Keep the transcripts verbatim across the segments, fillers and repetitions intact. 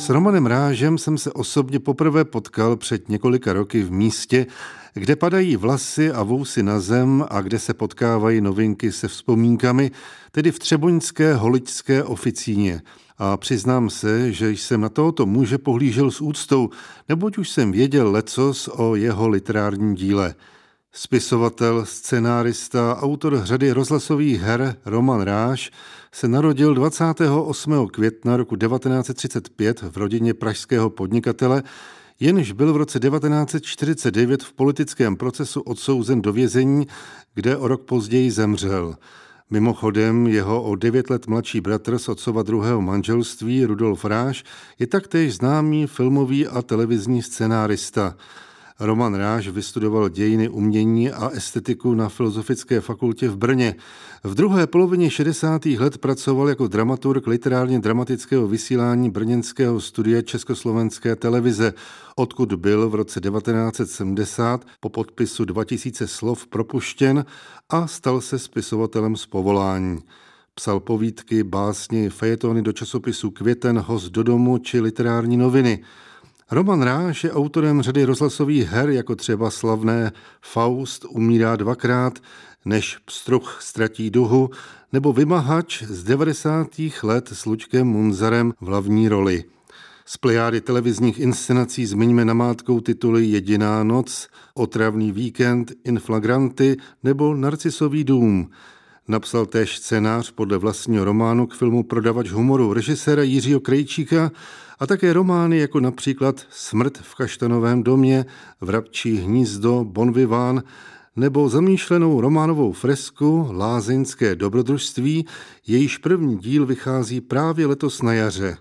S Romanem Rážem jsem se osobně poprvé potkal před několika roky v místě, kde padají vlasy a vousy na zem a kde se potkávají novinky se vzpomínkami, tedy v třeboňské holičské oficíně. A přiznám se, že jsem na tohoto muže pohlížel s úctou, neboť už jsem věděl lecos o jeho literárním díle. Spisovatel, scenárista, autor řady rozhlasových her Roman Ráž se narodil dvacátého osmého května roku devatenáct set třicet pět v rodině pražského podnikatele, jenž byl v roce devatenáct set čtyřicet devět v politickém procesu odsouzen do vězení, kde o rok později zemřel. Mimochodem jeho o devět let mladší bratr z otcova druhého manželství Rudolf Ráž je taktéž známý filmový a televizní scenárista. Roman Ráž vystudoval dějiny umění a estetiku na Filozofické fakultě v Brně. V druhé polovině šedesátých let pracoval jako dramaturg literárně dramatického vysílání brněnského studia Československé televize, odkud byl v roce devatenáct set sedmdesát po podpisu dva tisíce slov propuštěn a stal se spisovatelem z povolání. Psal povídky, básně, fejetony do časopisu Květen, Host do domu či literární noviny. Roman Ráž je autorem řady rozhlasových her, jako třeba slavné Faust umírá dvakrát, Než pstruh ztratí duhu, nebo Vymahač z devadesátých let s Luďkem Munzarem v hlavní roli. Z plejády televizních inscenací zmiňme namátkou tituly Jediná noc, Otravný víkend, In flagranti nebo Narcisový dům. Napsal též scénář podle vlastního románu k filmu Prodavač humoru režiséra Jiřího Krejčíka a také romány jako například Smrt v kaštanovém domě, Vrabčí hnízdo, Bon vivant nebo zamýšlenou románovou fresku Lázeňské dobrodružství, jejíž první díl vychází právě letos na jaře.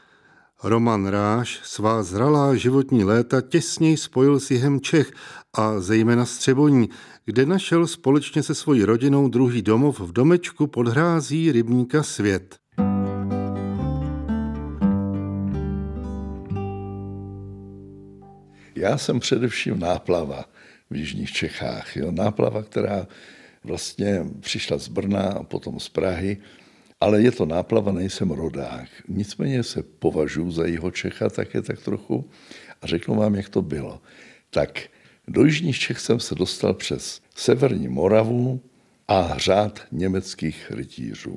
Roman Ráž svá zralá životní léta těsněji spojil s jihem Čech a zejména s Třeboní, kde našel společně se svojí rodinou druhý domov v domečku pod hrází rybníka Svět. Já jsem především náplava v jižních Čechách. Jo? Náplava, která vlastně přišla z Brna a potom z Prahy, ale je to náplava, nejsem rodák. Nicméně se považuji za Jihočecha také tak trochu a řeknu vám, jak to bylo. Tak do jižních Čech jsem se dostal přes severní Moravu a řád německých rytířů.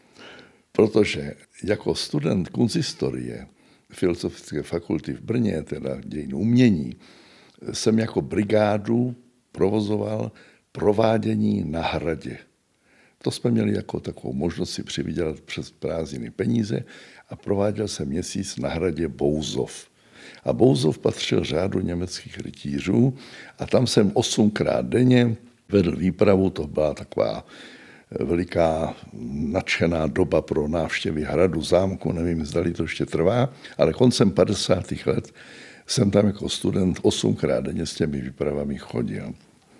Protože jako student kunsthistorie Filozofické fakulty v Brně, teda dějin umění, jsem jako brigádu provozoval provádění na hradě. To jsme měli jako takovou možnost si přivydělat přes prázdniny peníze a prováděl jsem měsíc na hradě Bouzov. A Bouzov patřil řádu německých rytířů a tam jsem osmkrát denně vedl výpravu, to byla taková veliká nadšená doba pro návštěvy hradu, zámku, nevím, zdali to ještě trvá, ale koncem padesátých let jsem tam jako student osmkrát denně s těmi výpravami chodil.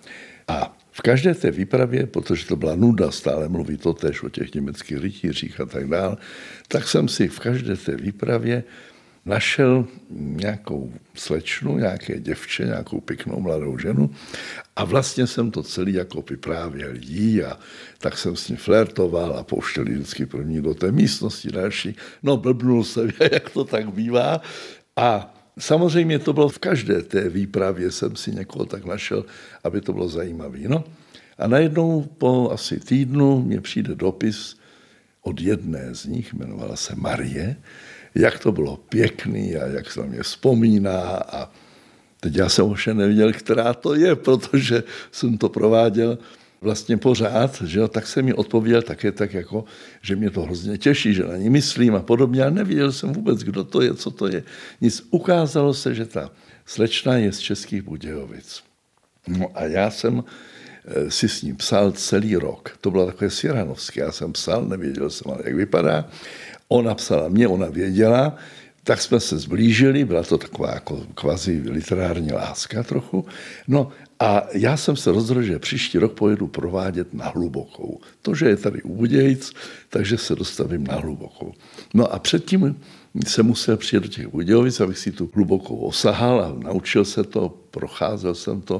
A v každé té výpravě, protože to byla nuda stále mluvit totéž o těch německých rytířích a tak dále, tak jsem si v každé té výpravě našel nějakou slečnu, nějaké děvče, nějakou pěknou mladou ženu a vlastně jsem to celý jako vyprávěl jí a tak jsem s ní flirtoval a pouštěl vždycky první do té místnosti, další. No blbnul jsem, jak to tak bývá. A samozřejmě to bylo v každé té výpravě, jsem si někoho tak našel, aby to bylo zajímavé. No a najednou po asi týdnu mě přijde dopis od jedné z nich, jmenovala se Marie, jak to bylo pěkný a jak se na mě vzpomíná a teď já jsem už nevěděl, která to je, protože jsem to prováděl vlastně pořád, že jo, tak jsem mi odpověděl také tak jako, že mě to hrozně těší, že na ní myslím a podobně a nevěděl jsem vůbec, kdo to je, co to je. Nic, ukázalo se, že ta slečna je z Českých Budějovic. No a já jsem si s ním psal celý rok. To bylo takové siranovské. Já jsem psal, nevěděl jsem, jak vypadá. Ona psala mě, ona věděla, tak jsme se zblížili, byla to taková jako kvazi literární láska trochu. No a já jsem se rozhodl, že příští rok pojedu provádět na Hlubokou. To, že je tady u Budějic, takže se dostavím na Hlubokou. No a předtím jsem musel přijet do těch Budějovic, abych si tu Hlubokou osahal a naučil se to, procházel jsem to.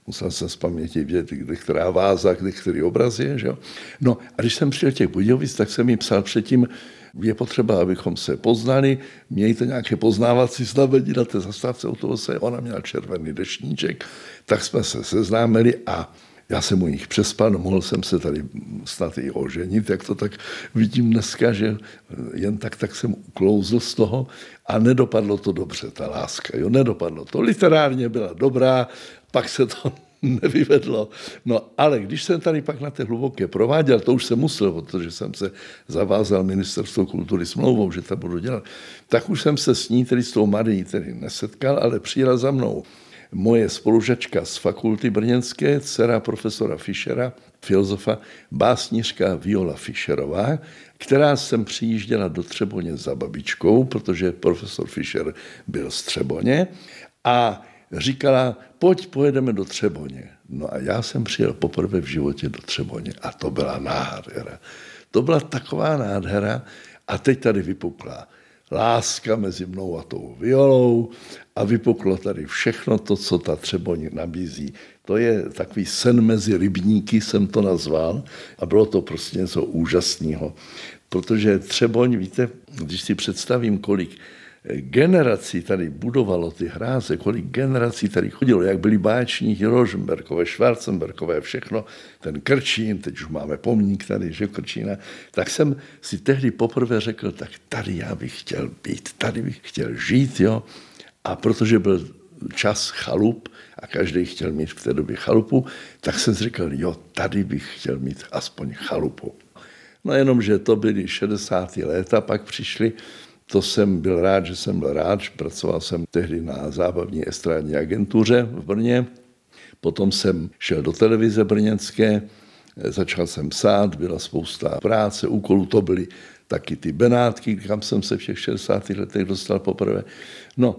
musel jsem z paměti vědět, kde která váza, kde který obraz je. Že jo? No a když jsem přijel těch Budějovic, tak jsem mi psal předtím, je potřeba, abychom se poznali, mějte nějaké poznávací znamení na té zastávce autobuse, ona měla červený deštníček, tak jsme se seznámili a já jsem u nich přespal, no, mohl jsem se tady snad i oženit, jak to tak vidím dneska, že jen tak, tak jsem uklouzl z toho a nedopadlo to dobře, ta láska, jo, nedopadlo to. Literárně byla dobrá, pak se to nevyvedlo. No ale když jsem tady pak na té hluboké prováděl, to už jsem musel, protože jsem se zavázal Ministerstvo kultury smlouvou, že to budu dělat, tak už jsem se s ní, tedy s tou Marií, tedy nesetkal, ale přijela za mnou moje spolužačka z fakulty brněnské, dcera profesora Fischera, filozofa, básnířka Viola Fischerová, která sem přijížděla do Třeboně za babičkou, protože profesor Fischer byl z Třeboně a říkala, pojď, pojedeme do Třeboně. No a já jsem přijel poprvé v životě do Třeboně a to byla nádhera. To byla taková nádhera a teď tady vypukla láska mezi mnou a tou Violou a vypuklo tady všechno to, co ta Třeboň nabízí. To je takový sen mezi rybníky, jsem to nazval, a bylo to prostě něco úžasného. Protože Třeboň, víte, když si představím, kolik generací tady budovalo ty hráze, kolik generací tady chodilo, jak byli báječníci Rožmberkové, Schwarzenberkové, všechno, ten Krčín, teď už máme pomník tady, že Krčína, tak jsem si tehdy poprvé řekl, tak tady já bych chtěl být, tady bych chtěl žít, jo, a protože byl čas chalup a každý chtěl mít v té době chalupu, tak jsem si řekl, jo, tady bych chtěl mít aspoň chalupu. No jenom, že to byly šedesátá léta, pak přišli. To jsem byl rád, že jsem byl rád. Pracoval jsem tehdy na zábavní estrádní agentuře v Brně. Potom jsem šel do televize brněnské, začal jsem psát, byla spousta práce, úkolů, to byly taky ty Benátky, kam jsem se v těch šedesátých letech dostal poprvé. No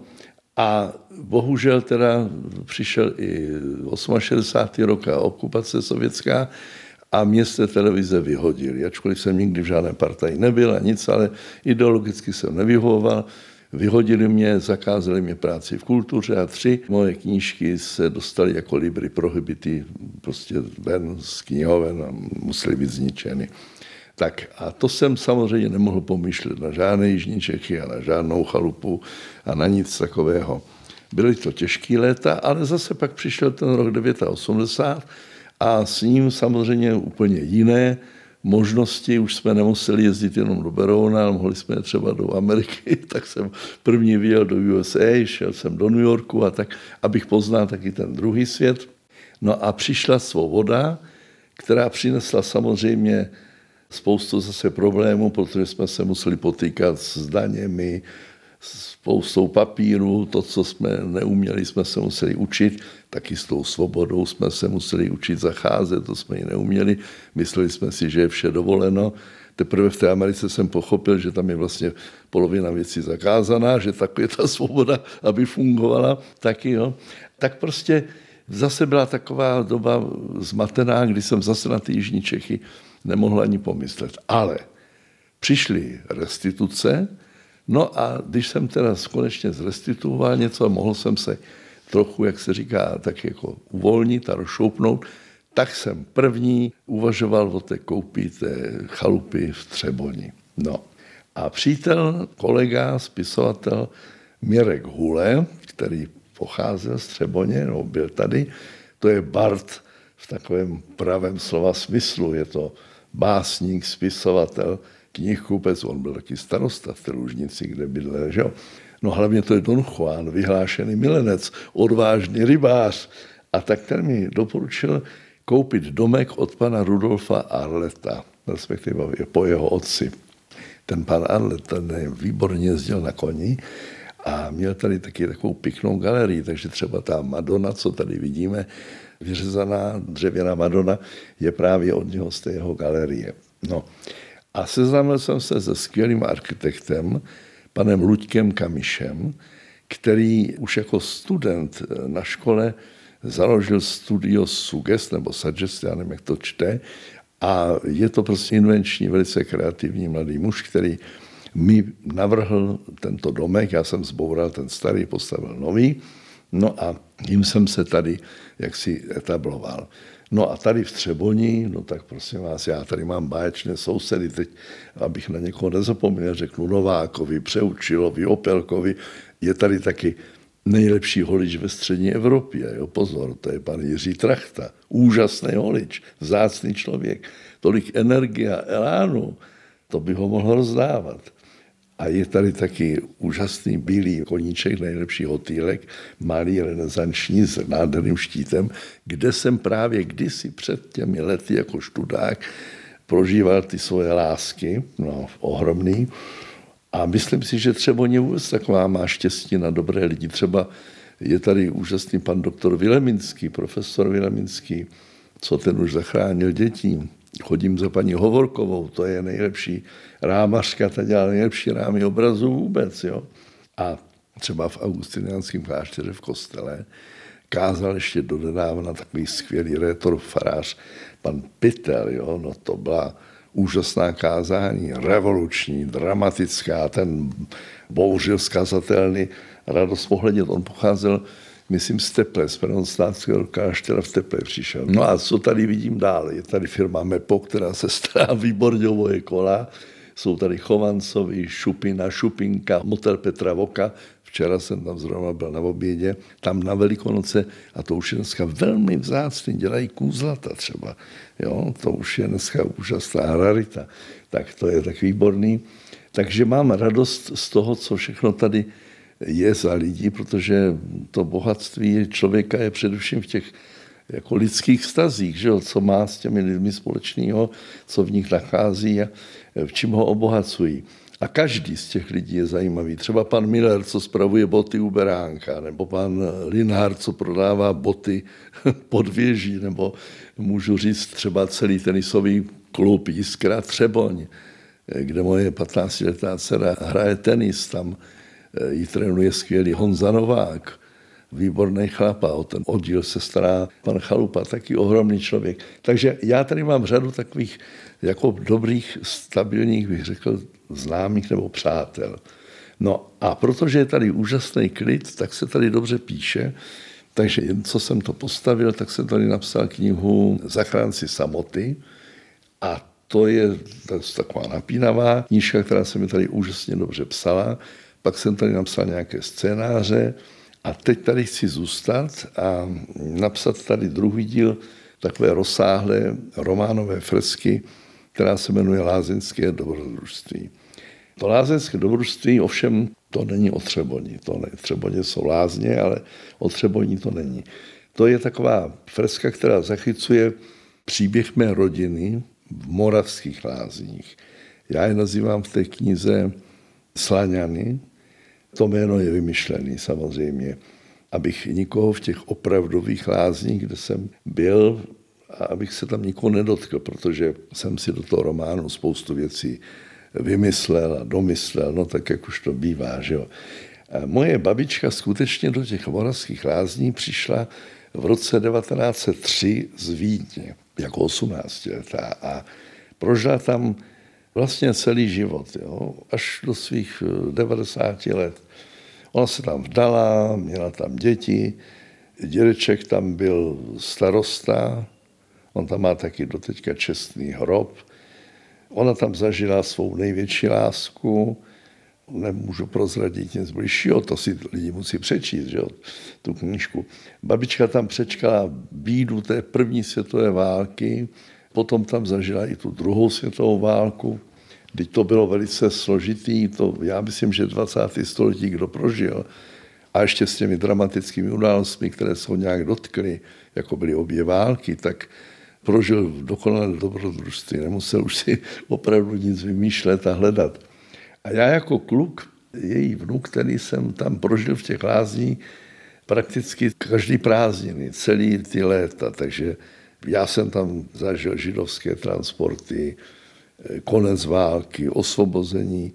a bohužel teda přišel i šedesátý osmý rok a okupace sovětská, a mě z té televize vyhodili. Ačkoliv jsem nikdy v žádné partaji nebyl a nic, ale ideologicky jsem nevyhovoval. Vyhodili mě, zakázali mě práci v kultuře a tři moje knížky se dostaly jako libry prohibity prostě ven z knihoven a musely být zničeny. Tak a to jsem samozřejmě nemohl pomýšlet na žádné jižní Čechy a na žádnou chalupu a na nic takového. Byly to těžké léta, ale zase pak přišel ten rok osmdesát devět a s ním samozřejmě úplně jiné možnosti. Už jsme nemuseli jezdit jenom do Berouna, ale mohli jsme třeba do Ameriky, tak jsem první vyjel do U S A, šel jsem do New Yorku a tak, abych poznal taky ten druhý svět. No a přišla svoboda, která přinesla samozřejmě spoustu zase problémů, protože jsme se museli potýkat s daněmi, spoustou papíru, to, co jsme neuměli, jsme se museli učit, taky s tou svobodou jsme se museli učit zacházet, to jsme ji neuměli, mysleli jsme si, že je vše dovoleno. Teprve v té Americe jsem pochopil, že tam je vlastně polovina věcí zakázaná, že tak je ta svoboda, aby fungovala taky. Jo. Tak prostě zase byla taková doba zmatená, kdy jsem zase na ty jižní Čechy nemohl ani pomyslet. Ale přišly restituce. No a když jsem teda konečně zrestituoval něco, mohl jsem se trochu, jak se říká, tak jako uvolnit a rozšoupnout, tak jsem první uvažoval o té koupi té chalupy v Třeboni. No a přítel, kolega, spisovatel Mirek Hule, který pocházel z Třeboně, no byl tady, to je bard v takovém pravém slova smyslu, je to básník, spisovatel, knihkupec, on byl taky starosta v té Lužnici, kde bydlel, že jo. No hlavně to je Don Juan, vyhlášený milenec, odvážný rybář. A tak ten mi doporučil koupit domek od pana Rudolfa Arleta, respektive po jeho otci. Ten pan Arlet, ten výborně jezdil na koni a měl tady taky takovou pěknou galerii, takže třeba ta Madonna, co tady vidíme, vyřezaná dřevěná Madonna, je právě od něho z té jeho galerie. No. A seznámil jsem se se skvělým architektem, panem Luďkem Kamišem, který už jako student na škole založil studio Suggest nebo Suggest, já nevím, jak to čte, a je to prostě invenční, velice kreativní mladý muž, který mi navrhl tento domek, já jsem zboural ten starý, postavil nový, No a tím jsem se tady jaksi etabloval. No a tady v Třeboni, no tak prosím vás, já tady mám báječné sousedy, teď, abych na někoho nezapomněl, řeknu Novákovi, Přeučilovi, Opelkovi, je tady taky nejlepší holič ve střední Evropě, jo, pozor, to je pan Jiří Trachta, úžasný holič, vzácný člověk, tolik energie a elánu, to by ho mohl rozdávat. A je tady taky úžasný bílý koníček, nejlepší hotýlek, malý renesanční s nádherným štítem, kde jsem právě kdysi před těmi lety jako študák prožíval ty svoje lásky, no ohromný. A myslím si, že třeba vůbec taková má štěstí na dobré lidi. Třeba je tady úžasný pan doktor Vileminský, profesor Vileminský, co ten už zachránil dětí. Chodím za paní Hovorkovou, to je nejlepší rámařka, ta dělá nejlepší rámy obrazů vůbec. Jo? A třeba v augustiniánském klášteře v kostele kázal ještě dodávna takový skvělý rétor farář, pan Pytel, jo? No to byla úžasná kázání, revoluční, dramatická, ten bouřil zkazatelný, radost pohledět. On pocházel, myslím, z Teple, z Prenostátského kláštera v Teple přišel. No a co tady vidím dál? Je tady firma Mepo, která se stará výborně o moje kola. Jsou tady Chovancovi, Šupina, Šupinka, motel Petra Voka. Včera jsem tam zrovna byl na obědě. Tam na Velikonoce, a to už je dneska velmi vzácný, dělají kůzlata třeba. Jo, to už je dneska úžasná rarita. Tak to je tak výborný. Takže mám radost z toho, co všechno tady je za lidi, protože to bohatství člověka je především v těch jako lidských vztazích, že jo? Co má s těmi lidmi společného, co v nich nachází a v čím ho obohacují. A každý z těch lidí je zajímavý. Třeba pan Miller, co spravuje boty u Beránka, nebo pan Linhard, co prodává boty pod věží, nebo můžu říct třeba celý tenisový klub Jiskra Třeboň, kde moje patnáctiletá dcera hraje tenis, tam ji trénuje skvělý Honza Novák, výborný chlap, o ten oddíl se stará pan Chalupa, taky ohromný člověk. Takže já tady mám řadu takových jako dobrých, stabilních, bych řekl, známých nebo přátel. No a protože je tady úžasný klid, tak se tady dobře píše, takže jen co jsem to postavil, tak jsem tady napsal knihu Zachránci samoty a to je, to je taková napínavá knížka, která se mi tady úžasně dobře psala. Pak jsem tady napsal nějaké scénáře a teď tady chci zůstat a napsat tady druhý díl takové rozsáhlé románové fresky, která se jmenuje Lázeňské dobrodružství. To lázeňské dobrodružství ovšem to není o Třeboni. To ne, Třeboně jsou lázně, ale o Třeboni to není. To je taková freska, která zachycuje příběh mé rodiny v moravských lázních. Já je nazývám v té knize Slaňany. To jméno je vymyšlený samozřejmě, abych nikoho v těch opravdových lázních, kde jsem byl, a abych se tam nikoho nedotkl, protože jsem si do toho románu spoustu věcí vymyslel a domyslel, no tak jak už to bývá, že jo. A moje babička skutečně do těch moravských lázní přišla v roce devatenáct set tři z Vídně, jako osmnáctiletá a prožila tam vlastně celý život, jo, až do svých devadesáti let. Ona se tam vdala, měla tam děti, dědeček tam byl starosta, on tam má taky doteďka čestný hrob. Ona tam zažila svou největší lásku, nemůžu prozradit nic bližšího, to si lidi musí přečíst, že jo, tu knížku. Babička tam přečkala bídu té první světové války, potom tam zažila i tu druhou světovou válku. Teď to bylo velice složitý, to já myslím, že dvacátého století kdo prožil. A ještě s těmi dramatickými událostmi, které se ho nějak dotkly, jako byly obě války, tak prožil v dokonalé dobrodružství. Nemusel už si opravdu nic vymýšlet a hledat. A já jako kluk, její vnuk, který jsem tam prožil v těch lázních, prakticky každý prázdniny, celý ty léta, takže já jsem tam zažil židovské transporty, konec války, osvobození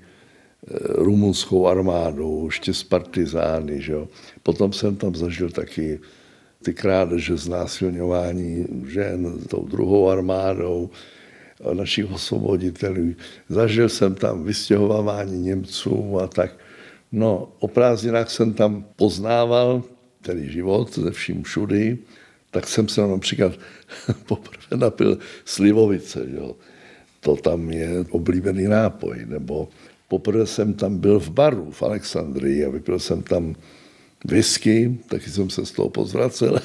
rumunskou armádou, ještě z partizány. Že jo. Potom jsem tam zažil taky ty krádeže, znásilňování žen tou druhou armádou našich osvoboditelů. Zažil jsem tam vystěhovávání Němců a tak. No, o prázdninách jsem tam poznával tedy život ze vším všudy, tak jsem se například poprvé napil slivovice. Jo. To tam je oblíbený nápoj. Nebo poprvé jsem tam byl v baru v Alexandrii a vypil jsem tam whisky, taky jsem se z toho pozvracel.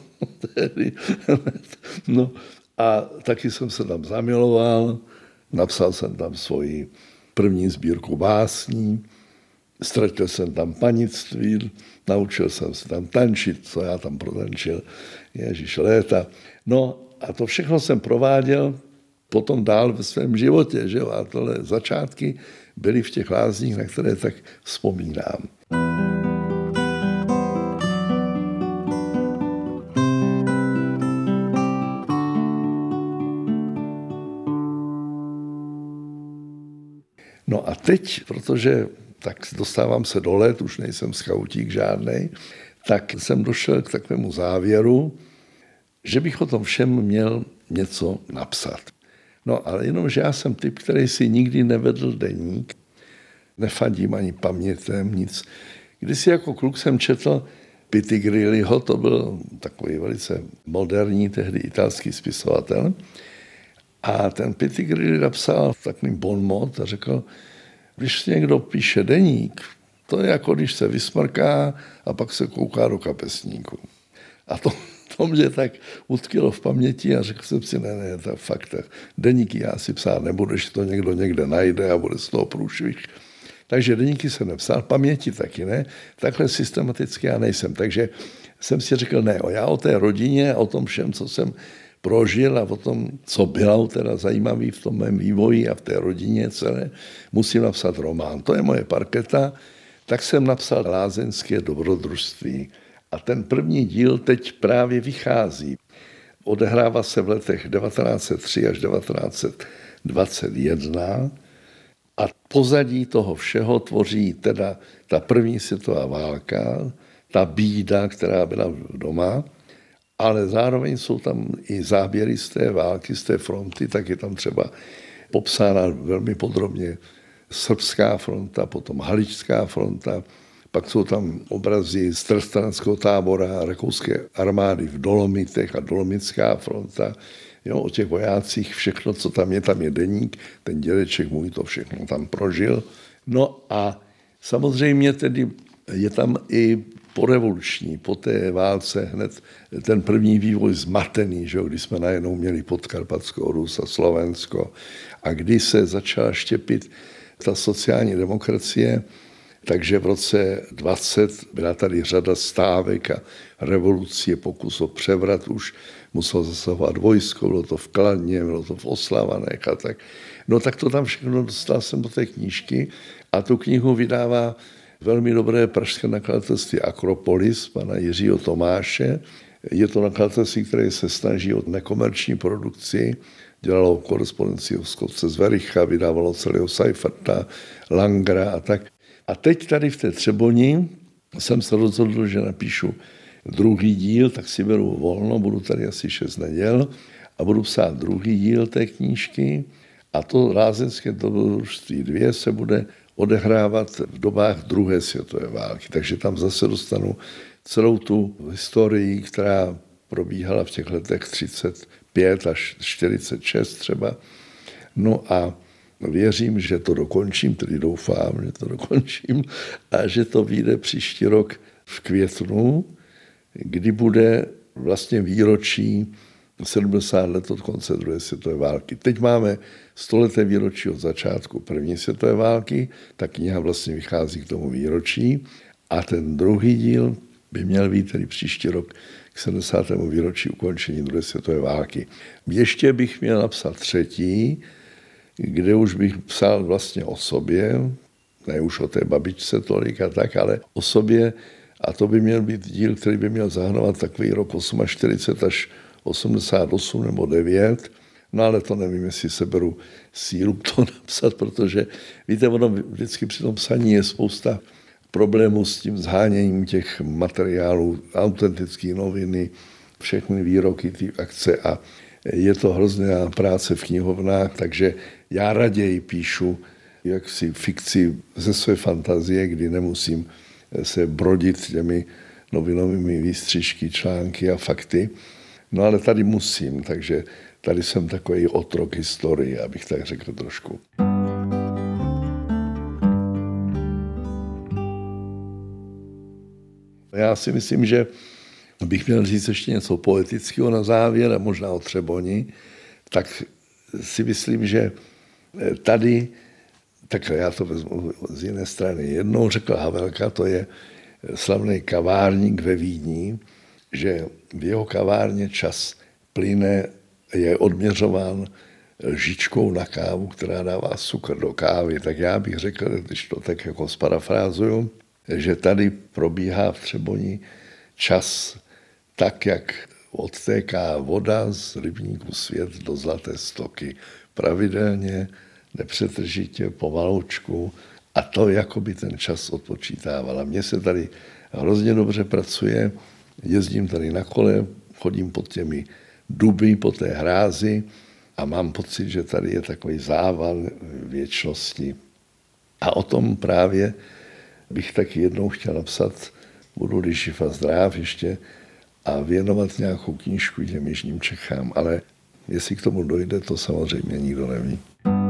No a taky jsem se tam zamiloval, napsal jsem tam svoji první sbírku básní, ztratil jsem tam panictví, naučil jsem se tam tančit, co já tam protančil, ježiš, léta. No a to všechno jsem prováděl potom dál ve svém životě, že jo? A tohle začátky byly v těch lázních, na které tak vzpomínám. No a teď, protože tak dostávám se do let, už nejsem skautík žádnej, tak jsem došel k takovému závěru, že bych o tom všem měl něco napsat. No ale jenom, že já jsem typ, který si nikdy nevedl deník, nefandím ani pamětem, nic. Když si jako kluk jsem četl Pitigrilliho, to byl takový velice moderní tehdy italský spisovatel, a ten Pitigrilli napsal takový bonmot a řekl, když někdo píše deník, to je jako když se vysmrká a pak se kouká do kapesníku. A to, to mě tak utkilo v paměti a řekl jsem si, ne, ne, to je fakt, tak deníky já si psát nebudu, že to někdo někde najde a bude z toho průšvih. Takže deníky jsem nepsal, paměti taky ne, takhle systematicky já nejsem. Takže jsem si řekl, ne, já o té rodině, o tom všem, co jsem prožil a o tom, co bylo teda zajímavý v tom mém vývoji a v té rodině celé, musím napsat román. To je moje parketa. Tak jsem napsal Lázeňské dobrodružství. A ten první díl teď právě vychází. Odehrává se v letech devatenáct set tři až devatenáct set dvacet jedna a pozadí toho všeho tvoří teda ta první světová válka, ta bída, která byla doma, ale zároveň jsou tam i záběry z té války, z té fronty, tak je tam třeba popsána velmi podrobně srbská fronta, potom haličská fronta, pak jsou tam obrazy z trstaneckého tábora a rakouské armády v Dolomitech a Dolomitská fronta, jo, o těch vojácích, všechno, co tam je, tam je deník, ten dědeček můj to všechno tam prožil. No a samozřejmě tedy je tam i porevoluční, po té válce hned ten první vývoj zmatený, že, kdy jsme najednou měli Podkarpatskou Rus a Slovensko a kdy se začala štěpit ta sociální demokracie, takže v roce dvacet byla tady řada stávek a revolucí, pokus o převrat, už musel zasahovat vojsko, bylo to v Kladně, bylo to v Oslavanech a tak. No tak to tam všechno dostal jsem do té knížky a tu knihu vydává velmi dobré pražské nakladatelství Akropolis, pana Jiřího Tomáše. Je to nakladatelství, které se snaží o nekomerční produkci, dělalo korespondenci Skotce z Vericha, vydávalo celého Seiferta, Langera a tak. A teď tady v té Třeboni jsem se rozhodl, že napíšu druhý díl, tak si beru volno, budu tady asi šest neděl a budu psát druhý díl té knížky a to Lázeňské dobrodružství dvě se bude odehrávat v dobách druhé světové války. Takže tam zase dostanu celou tu historii, která probíhala v těch letech třicet pět až čtyřicet šest třeba. No a věřím, že to dokončím, tedy doufám, že to dokončím a že to vyjde příští rok v květnu, kdy bude vlastně výročí sedmdesát let od konce druhé světové války. Teď máme stoleté výročí od začátku první světové války, ta kniha vlastně vychází k tomu výročí a ten druhý díl by měl být tedy příští rok k sedmdesátému výročí ukončení druhé světové války. Ještě bych měl napsat třetí, kde už bych psal vlastně o sobě, ne už o té babičce tolik a tak, ale o sobě a to by měl být díl, který by měl zahrnovat takový rok čtyřicet osm až osmdesát osm nebo devět, no ale to nevím, jestli se beru sílu to napsat, protože víte, ono vždycky při tom psaní je spousta problémů s tím zháněním těch materiálů, autentické noviny, všechny výroky, ty akce a je to hrozná práce v knihovnách, takže já raději píšu jaksi fikci ze své fantazie, kdy nemusím se brodit těmi novinovými výstřižky, články a fakty. No ale tady musím, takže tady jsem takový otrok historie, abych tak řekl trošku. Já si myslím, že bych měl říct ještě něco poetického na závěr a možná o Třeboni, tak si myslím, že tady, tak já to vezmu z jiné strany, jednou řekl Havelka, to je slavný kavárník ve Vídni, že v jeho kavárně čas plyne, je odměřován lžičkou na kávu, která dává cukr do kávy. Tak já bych řekl, když to tak jako sparafrázuju, že tady probíhá v Třeboni čas tak, jak odtéká voda z rybníku Svět do Zlaté Stoky. Pravidelně, nepřetržitě, pomalučku. A to jako by ten čas odpočítával. A mně se tady hrozně dobře pracuje. Jezdím tady na kole, chodím pod těmi duby, po té hrázi a mám pocit, že tady je takový zával věčnosti. A o tom právě bych taky jednou chtěl napsat, budu-li živ a zdrav ještě, a věnovat nějakou knížku těm jižním Čechám, ale jestli k tomu dojde, to samozřejmě nikdo neví.